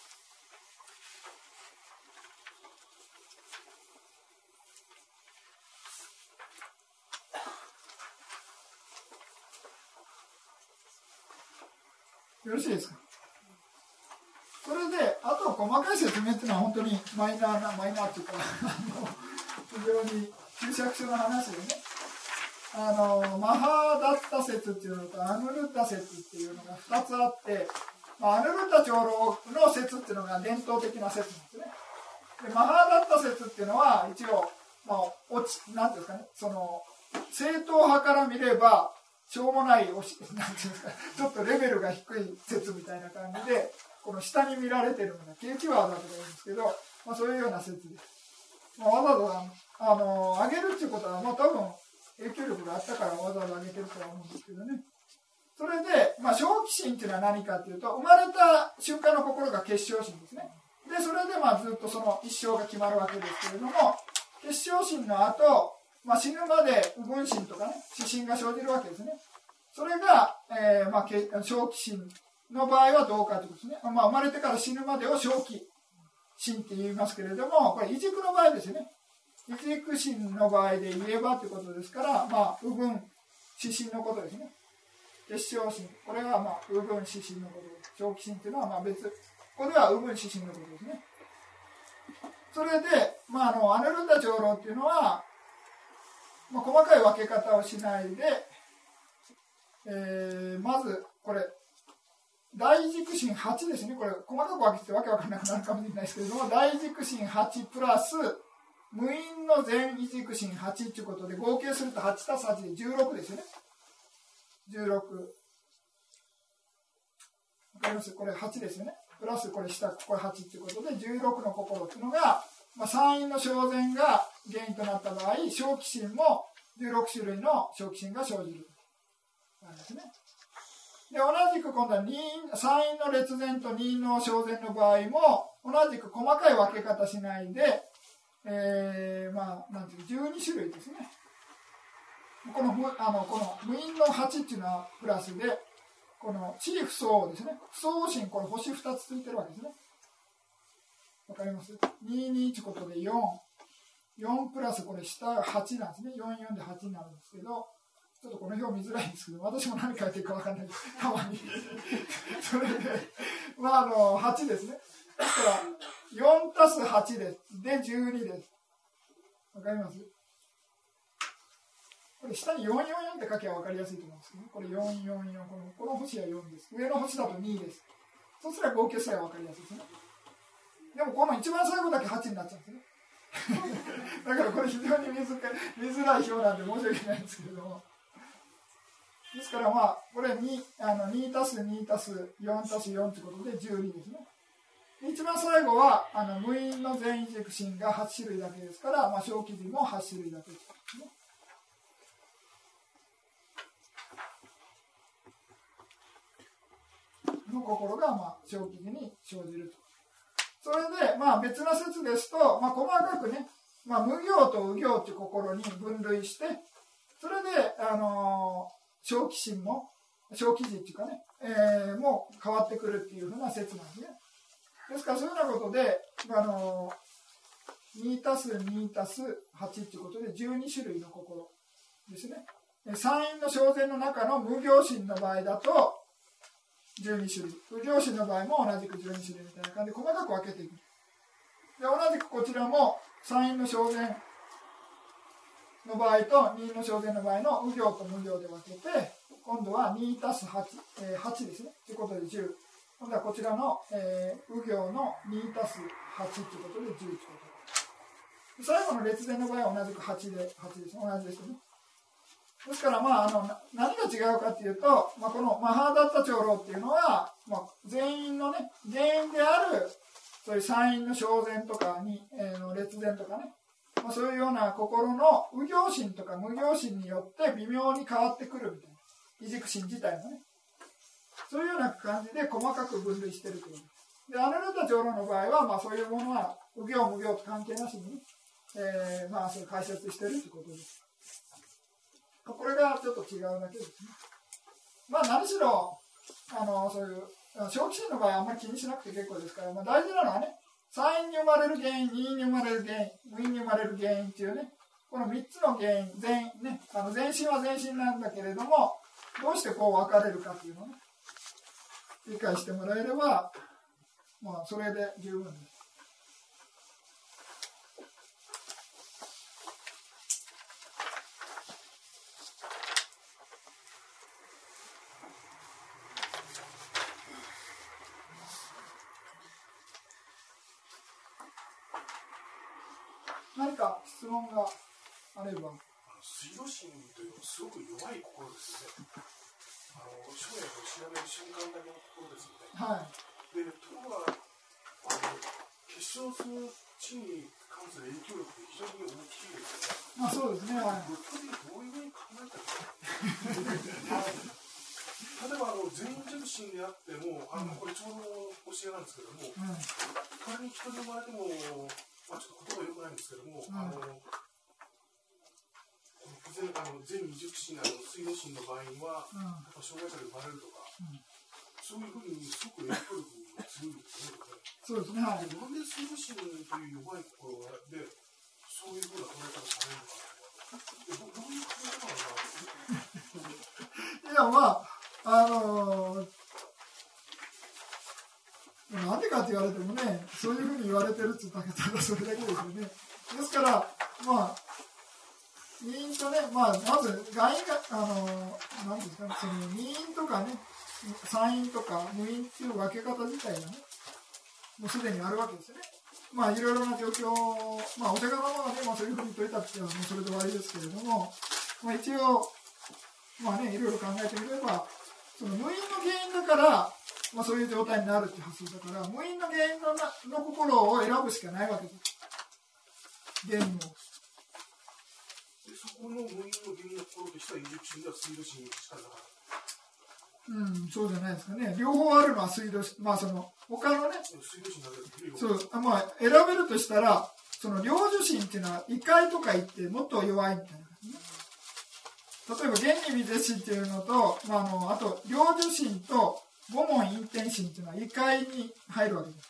よろしいですか？それで、あと細かい説明っていうのは本当にマイナーな、マイナーっていうか、非常に注釈書の話でね、あの、マハダッタ説っていうのとアヌルッタ説っていうのがふたつあって、アヌルッタ長老の説っていうのが伝統的な説なんですね。で、マハダッタ説っていうのは一応、まあ、落ち、なんていうんですかね、その、正統派から見れば、しょうもないおし、なんていうんですか、ちょっとレベルが低い説みたいな感じで、この下に見られてるのが、ケーキワーだとか言うんですけど、まあそういうような説です。まあ、わざわざ、あの、上げるっていうことは、まあ多分、影響力があったからわざわざ上げてるとは思うんですけどね。それで、まあ正気心っていうのは何かっていうと、生まれた瞬間の心が結晶心ですね。で、それでまあずっとその一生が決まるわけですけれども、結晶心の後、まあ、死ぬまで右分心とかね、死心が生じるわけですね。それが、えー、まあ、正気心の場合はどうかということですね。まあ、生まれてから死ぬまでを正気心って言いますけれども、これ、異軸の場合ですよね。異軸心の場合で言えばということですから、まあ、右分死心のことですね。結晶心。これは、まあ、右分死心のことです。正気心っていうのは、まあ、別。これは右分死心のことですね。それで、まあ、あの、アヌルッタ長老っていうのは、まあ、細かい分け方をしないで、えー、まずこれ大軸心はちですね。これ細かく分けてわけわかんなくなるかもしれないですけれども、大軸心はちプラス無因の全異軸心はちということで合計するとはちたすはちでじゅうろくですよね。じゅうろく。わかります？これはちですよね。プラスこれ下、これはちということでじゅうろくの心というのが、まあ、三因の生然が原因となった場合、正気心もじゅうろく種類の正気心が生じるなんですね。で、同じく今度は二因、三因の列然と二因の生然の場合も同じく細かい分け方しないで、えー、まあなんていうじゅうに種類ですね。このあのこの無因のはちっていうのはプラスで、この地不相ですね。不相心、これ星ふたつついてるわけですね。わかります？ににいちことでよん。よんプラスこれ下はちなんですね。よん、よんではちになるんですけど、ちょっとこの表見づらいんですけど、私も何書いてるかわかんないです。たまに。それで、まああの、はちですね。だからよんたすはちです。で、じゅうにです。わかります？これ下によんよんよんって書けばわかりやすいと思うんですけど、ね、これよんよんよん、この、この星はよんです。上の星だとにです。そうすれば合計すればわかりやすいですね。でもこの一番最後だけはちになっちゃうんですね。 だからこれ非常に見づらい表なんで申し訳ないんですけれども、ですからまあこれ に, あのにたすにたすよんたすよんということでじゅうにですね。一番最後はあの無因の全移軸心がはちしゅるいだけですから、まあ、小記事もはちしゅるいだけですね。の心がまあ小記事に生じると。それでまあ別な説ですと、まあ、細かくね、まあ、無行と無行という心に分類して、それであの小記心も小記事っていうかね、えー、もう変わってくるっていうふうな説なんですね。ですからそういうようなことで、あのにたすにたすはちということでじゅうにしゅるいの心ですね。三因の生前の中の無行心の場合だとじゅうにしゅるい、無行心の場合も同じくじゅうにしゅるいみたいな感じで細かく分けていく。で同じくこちらも三因の生前の場合と二因の生前の場合の無行と無行で分けて、今度はにたすはち、えー、はちですね。ということでじゅう。今度はこちらの、えー、右行のにたすはちということでじゅうということで、最後の列伝の場合は同じくはちではちです。同じですね。ですから、まあ、あの何が違うかというと、まあ、このマハーダッタ長老っていうのは、まあ、全員のね原因であるそういう三因の生前とかに、えー、の列伝とかね、まあ、そういうような心の右行心とか無行心によって微妙に変わってくるみたいな、異軸心自体のね、そういうような感じで細かく分類しているという。で、アヌルタ長老の場合は、まあ、そういうものは右行無行と関係なしに、えー、まあ、そう解説しているということです。これがちょっと違うだけですね。まあ、何しろ、あの、そういう、小記心の場合はあんまり気にしなくて結構ですから、まあ、大事なのはね、三因に生まれる原因、二因に生まれる原因、無因に生まれる原因っていうね、このみっつの原因、全ね、あの全身は全身なんだけれども、どうしてこう分かれるかっていうのをね、理解してもらえれば、まあ、それで十分です。何か質問があれば。 水道心というのはすごく弱い心ですよね。あの生薬を調べる瞬間だけの心ですよね。 はい。 で、ところがあの結晶する地に関する影響力って非常に大きいですよね。 まあそうですね。はい。 具体的にどういうふうに考えたらいいですか。例えばあの全熟心であっても、あのこれちょうど教えなんですけども、うん、仮に人に生まれても、まあ、ちょっと言葉良くないんですけども、うん、あの全あの全二熟心あの水道心の場合には、うん、やっぱ障害者で生まれるとか、うん、そういうふうにすごく影響力が強いですね。 そうですね。はい。 なんで水道心という弱い心でそういうふうな捉え方をされるのか。どういう考え方なのか。 いやまああのー。なんでかって言われてもね、そういうふうに言われてるって言ったけど、それだけですよね。ですから、まあ、二因とね、まあ、まず、外因が、あの、なんですかね、その二因とかね、三因とか無因っていう分け方自体がね、もうすでにあるわけですよね。まあ、いろいろな状況、まあ、お釈迦様はね、まあ、そういうふうに解いたっていうのは、もうそれで終わりですけれども、まあ、一応、まあね、いろいろ考えてみれば、その無因の原因だから、まあ、そういう状態になるっていう発想だから、無因の原因 の, なの心を選ぶしかないわけです。原因を。 でそこの無因の原因の心としては、異熟心では水道心しかなかった。 うん、そうじゃないですかね。両方あるのは水道心、まあその、他のね、 水道心だけでそう、まあ選べるとしたら、その領受心っていうのは、異界とか言ってもっと弱いみたいな感じね。例えば、原理微絶心っていうのと、まあ、あの、あと、領受心と、五問陰天心っていうのは異界に入るわけです。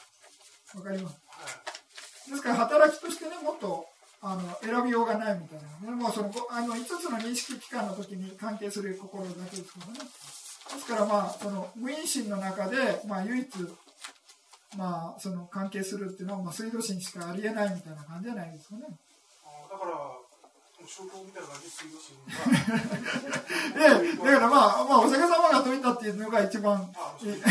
わかります。ですから働きとしてね、もっとあの選びようがないみたいなね、もうそのあのいつつの認識期間の時に関係する心だけですからね。ですからまあその無因心の中でまあ唯一まあその関係するっていうのはまあ水道心しかありえないみたいな感じじゃないですかね。 あだから消灯みたいな感じで水道神がで、だからまあ、まあ、お釈迦様が説いたっていうのが一番いい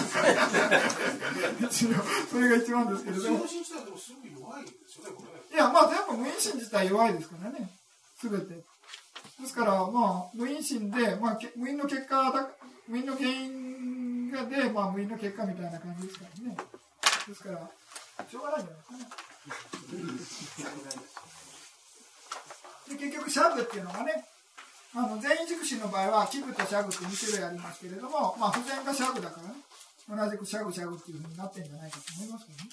それが一番ですけれども、 水道神自体でもすごい弱いですよね、これね。 いや、まあ全部無因心自体弱いですからね、すべて。ですから、まあ、無因心で、まあ、無因の結果だ、無因の原因がで、まあ、無因の結果みたいな感じですからね。ですから、しょうがないんじゃないですかね。で、結局、シャグっていうのがね、あの全員熟心の場合は、器具とシャグってに種類ありますけれども、まあ、不全がシャグだからね、同じくシャグシャグっていうふうになってるんじゃないかと思いますけどね。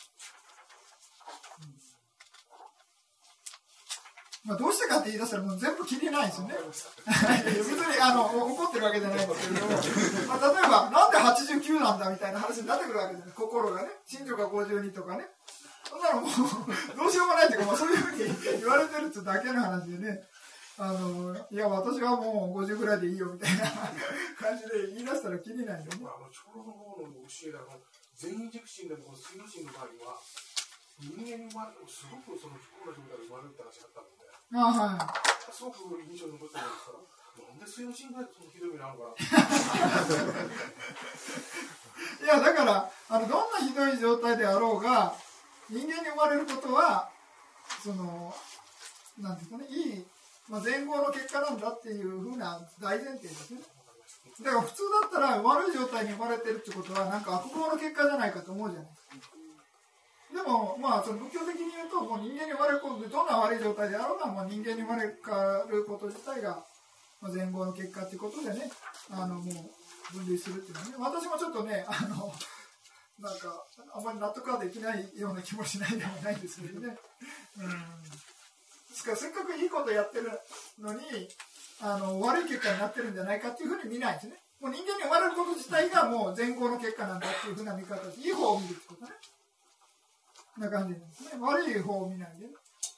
まあ、どうしてかって言い出したらもう全部きりないですよね。別にあの怒ってるわけじゃないんですけれども、まあ、例えばなんではちじゅうきゅうなんだみたいな話になってくるわけじゃない。心がね、心情がごじゅうにとかね、そんなのもうどうしようもないっていうか、まあ、そういうふうに言われてるってだけの話でね、あのいや私はもうごじゅうぐらいでいいよみたいな感じで言い出したらきりないよね。 あの長老の方の教えだの全員熟心でも水道神の場合は人間に生まれすごくその不幸な状態で生まれるって話があったので。 あ、はい、 すごく印象に残ってるんですから、なんで水道神がそのひどい目なのかな。 いやだからあのどんなひどい状態であろうが人間に生まれることはそのなんですかね、いい、まあ、善行の結果なんだっていうふうな大前提ですね。だから普通だったら悪い状態に生まれてるってことはなんか悪行の結果じゃないかと思うじゃないですか。でも、まあ、その仏教的に言うと、もう人間に生まれることで、どんな悪い状態であろうが、もう人間に生まれること自体が、まあ、善行の結果ということでね、あの、もう分類するっていうのはね、私もちょっとね、あの、なんか、あんまり納得はできないような気もしないでもないんですけどね。うん。ですから、せっかくいいことやってるのに、あの、悪い結果になってるんじゃないかっていうふうに見ないですね。もう人間に生まれること自体がもう善行の結果なんだっていうふうな見方で、いい方を見るってことね。な感じなんですね。悪い方を見ないで、ね、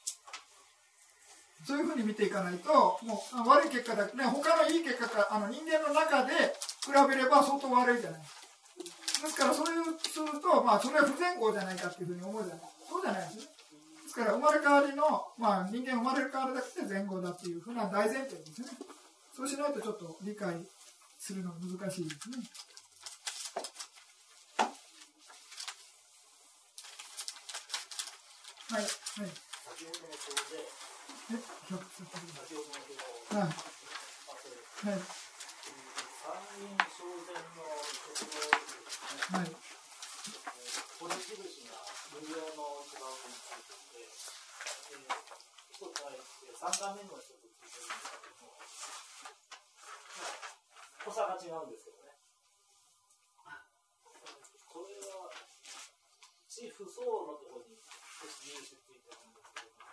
そういうふうに見ていかないと、もう悪い結果だけね、他のいい結果か、あの人間の中で比べれば相当悪いじゃないですか。ですから、それをすると、まあ、それは不全行じゃないかっていうふうに思うじゃない。そうじゃないですね。ですから、生まれ変わりの、まあ、人間生まれる変わりだけで善行だっていうふうな大前提ですね。そうしないとちょっと理解するのが難しいですね。はい、はい。 先ほどの表で、 え、先ほどの表で、はい、はい。 三人正禅のところですね。はい。これ印が無料の一番上についていて、一つ入って三段目の一つついてるんですけども、濃さが違うんですけどね。これは地不相のところに少し入手ついてるんですけど、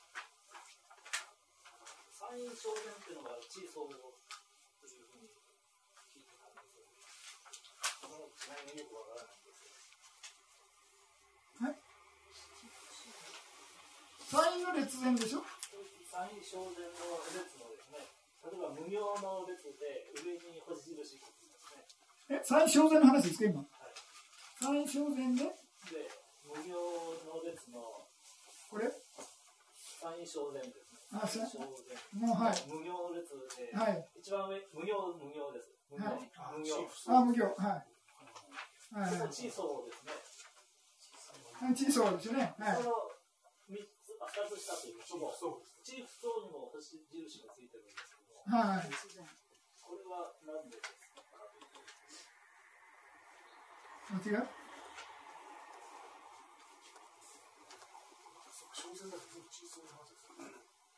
三因正禅っていうのが地相というふうに聞いてたんですけど、その違いがよくわからないんですよ。 はい。三因の列禅でしょ。 三因正禅の列のですね、例えば無行の列で上に星印がついてますね。 え、三因正禅の話ですか今。はい、三因正禅で。で、 無行の列のこれ。 三因正禅ですね。 あ、そう。 もうはい。無行列で、はい、一番上無行無行です。無行。はい、無行。 あ、無行。はい。 はい。地相ですね。 地相ですね。はい。 その三つ、あ、二つ下というと、地不相にも星印がついてるんですけど、はい。これは何でですか。 間違う。 正禅だと全部小さいはずですよね。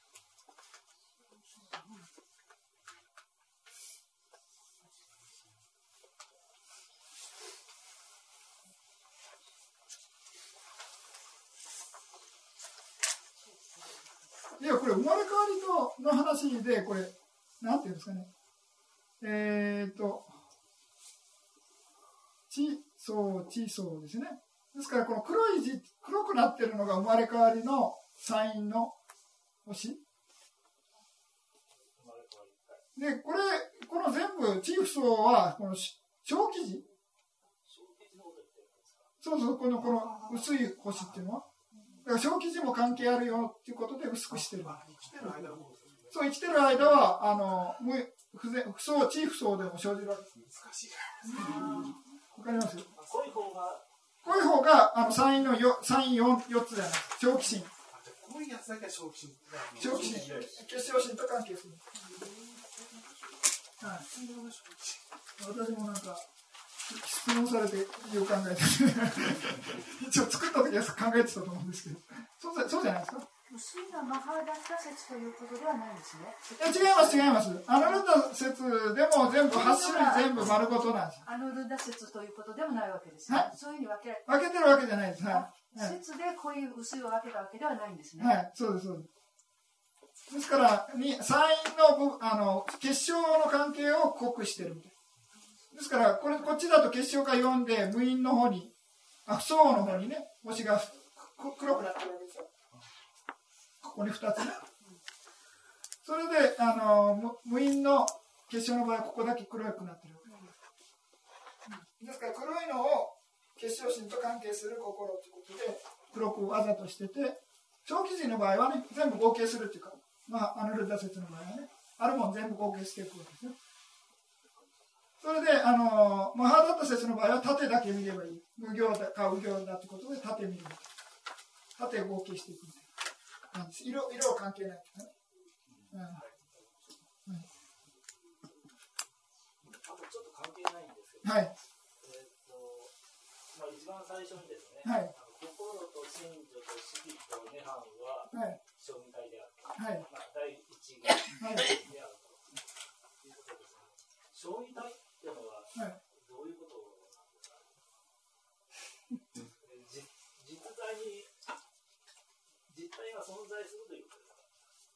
いや、これ生まれ変わりとの話で、これ、なんていうんですかね。えー、っと、地相、地相ですね。ですから、この黒い字、黒くなってるのが生まれ変わりの三因の星。で、これ、この全部、地不相は、この小記字。そうそう、この、この薄い星っていうのは。だから小記字も関係あるよっていうことで薄くしてる。 生きてる間の方ですね。 そう生きてる間はあの不全不相地位不相でも生じるわけです。 難しい。 わかります？ 濃い方が濃い方があの三因のよ三因四四つじゃないです。小気心。 濃いやつだけは小気心。 小気心。結晶心と関係する。はい。私もなんか質問されてよく考えて一応作った時は考えてたと思うんですけど、そうじゃ、そうじゃないですか。 薄いのはマハーダッタ説ということではないんですね。 いや違います違います。アヌルダ説でも全部はち種類全部丸ごとなんです。 アヌルダ説ということでもないわけですね。そういうふうに分けら分れけてるわけじゃないです。はい。 説でこういう薄いを分けたわけではないんですね。 はい、そうですそうです。ですからに三因のあの結晶の関係を濃くしてるみたい。ですからこれこっちだと結晶がよんで無因の方にあ不相応の方にね星が黒くなってるわけですよ。ここにふたつね。それであの無因の結晶の場合はここだけ黒くなってるわけです。ですから黒いのを結晶心と関係する心ということで黒くわざとしてて、小気人の場合はね全部合計するっていうか、まあアヌルダ説の場合はねあるもん全部合計していくわけですね。それであのマハーダッタ説の場合は縦だけ見ればいい。無行だか無行だってことで縦見る。縦を合計していくみたいな。色, 色は関係ないですね。うんうん、あとちょっと関係ないんですけど、 はい、 えーとまあ、一番最初にですね、 はい、 心と真女と識と涅槃は小児体である、 はいまあ、第一義であるということですね。小児体っていうのはどういうことなんですか？実在に実体が存在するということですか？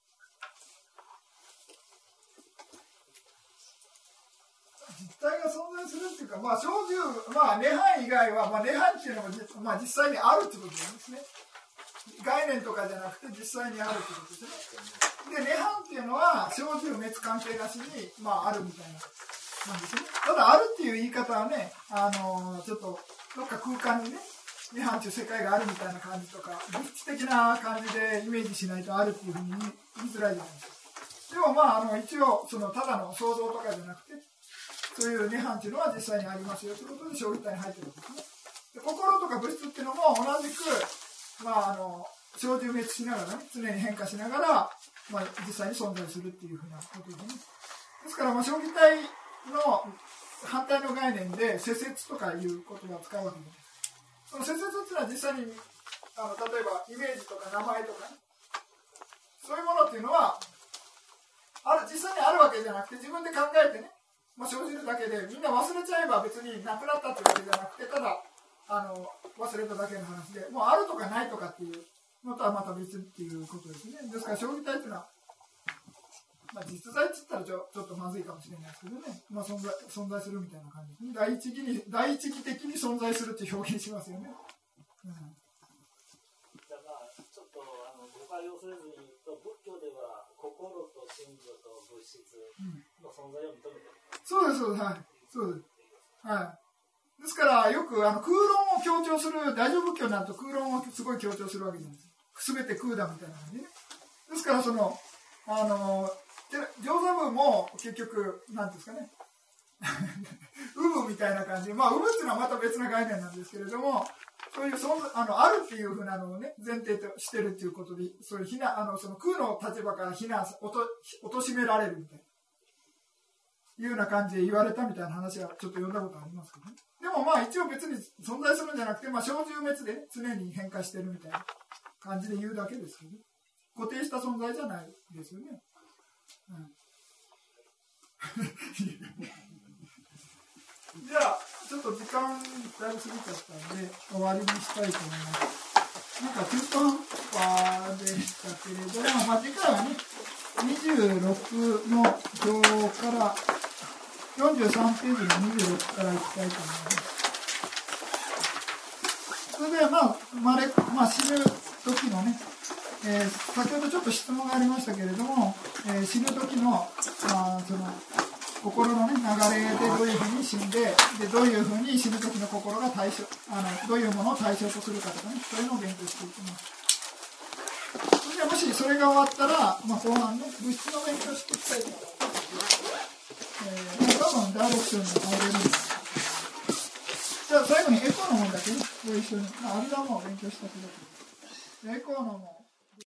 実体が存在するっていうか、まあ、小獣、まあ、涅槃以外は、まあ、涅槃っていうのも、まあ、実際にあるってことなんですね。概念とかじゃなくて、実際にあるってことですね。で、涅槃っていうのは、小獣滅関係なしに、まあ、あるみたいな感じですね。ただ、あるっていう言い方はね、あのー、ちょっと、どっか空間にね、涅槃という世界があるみたいな感じとか、物質的な感じでイメージしないとあるっていうふうに言いづらいじゃないですか。でもまあ、あの一応そのただの想像とかじゃなくて、そういう涅槃っていうのは実際にありますよということで小立体に入ってるんですね。で心とか物質っていうのも同じく、まあ、あの小獣滅しながらね、常に変化しながら、まあ、実際に存在するっていうふうなことですね。ですから、まあ、小立体の反対の概念で世説とかいう言葉を使うわけです。その世説っていうのは実際にあの例えばイメージとか名前とか、ね、そういうものっていうのはある実際にあるわけじゃなくて、自分で考えてね、まあ、生じるだけでみんな忘れちゃえば別になくなったっていうわけじゃなくて、ただあの忘れただけの話で、もうあるとかないとかっていうのとはまた別っていうことですね。ですから小立体っていうのは、まあ、実在って言ったらちょ、ちょっとまずいかもしれないですけどね、まあ、存在、存在するみたいな感じですね。第一義に、第一義的に存在するっていう表現しますよね。うん、 じゃあまあちょっとあの誤解を恐れずに言うと、仏教では心と真女と物質の存在を認めている、うん、 そうですそうです、はい、そうです、はい。ですからよくあの空論を強調する、大乗仏教になると空論をすごい強調するわけなんです。すべて空だみたいな感じね。ですからそのあの上座部も結局なんですかね有無みたいな感じで、まあ有無っていうのはまた別な概念なんですけれども、そういうそあのあるっていうふうなのをね前提としてるっていうことで、そういう非難あのその空の立場から非難おと貶められるみたいないうような感じで言われたみたいな話はちょっと読んだことありますけどね。でもまあ一応別に存在するんじゃなくて、まあ小獣滅で、ね、常に変化してるみたいな感じで言うだけですけどね。固定した存在じゃないですよね。うん、じゃあちょっと時間だいぶ過ぎちゃったので終わりにしたいと思います。なんか中途半端でしたけれども、まあ、次回はねにじゅうろくの表からよんじゅうさんページのにじゅうろくからいきたいと思います。それでまあ生まれ、まあ、死ぬ時のね、えー、先ほどちょっと質問がありましたけれども、えー、死ぬ時の、まあ、その心の、ね、流れでどういうふうに死んで、でどういうふうに死ぬ時の心が対象、あのどういうものを対象とするかとかね、そういうのを勉強していきます。それでもししそれが終わったら、まあ、後半ね、物質の勉強していきたいと思います。えー、多分だいろく章に入れるんです。じゃあ最後にエコーの門だけね、ご一緒に。まあ、アルダモを勉強したけど、エコーの門。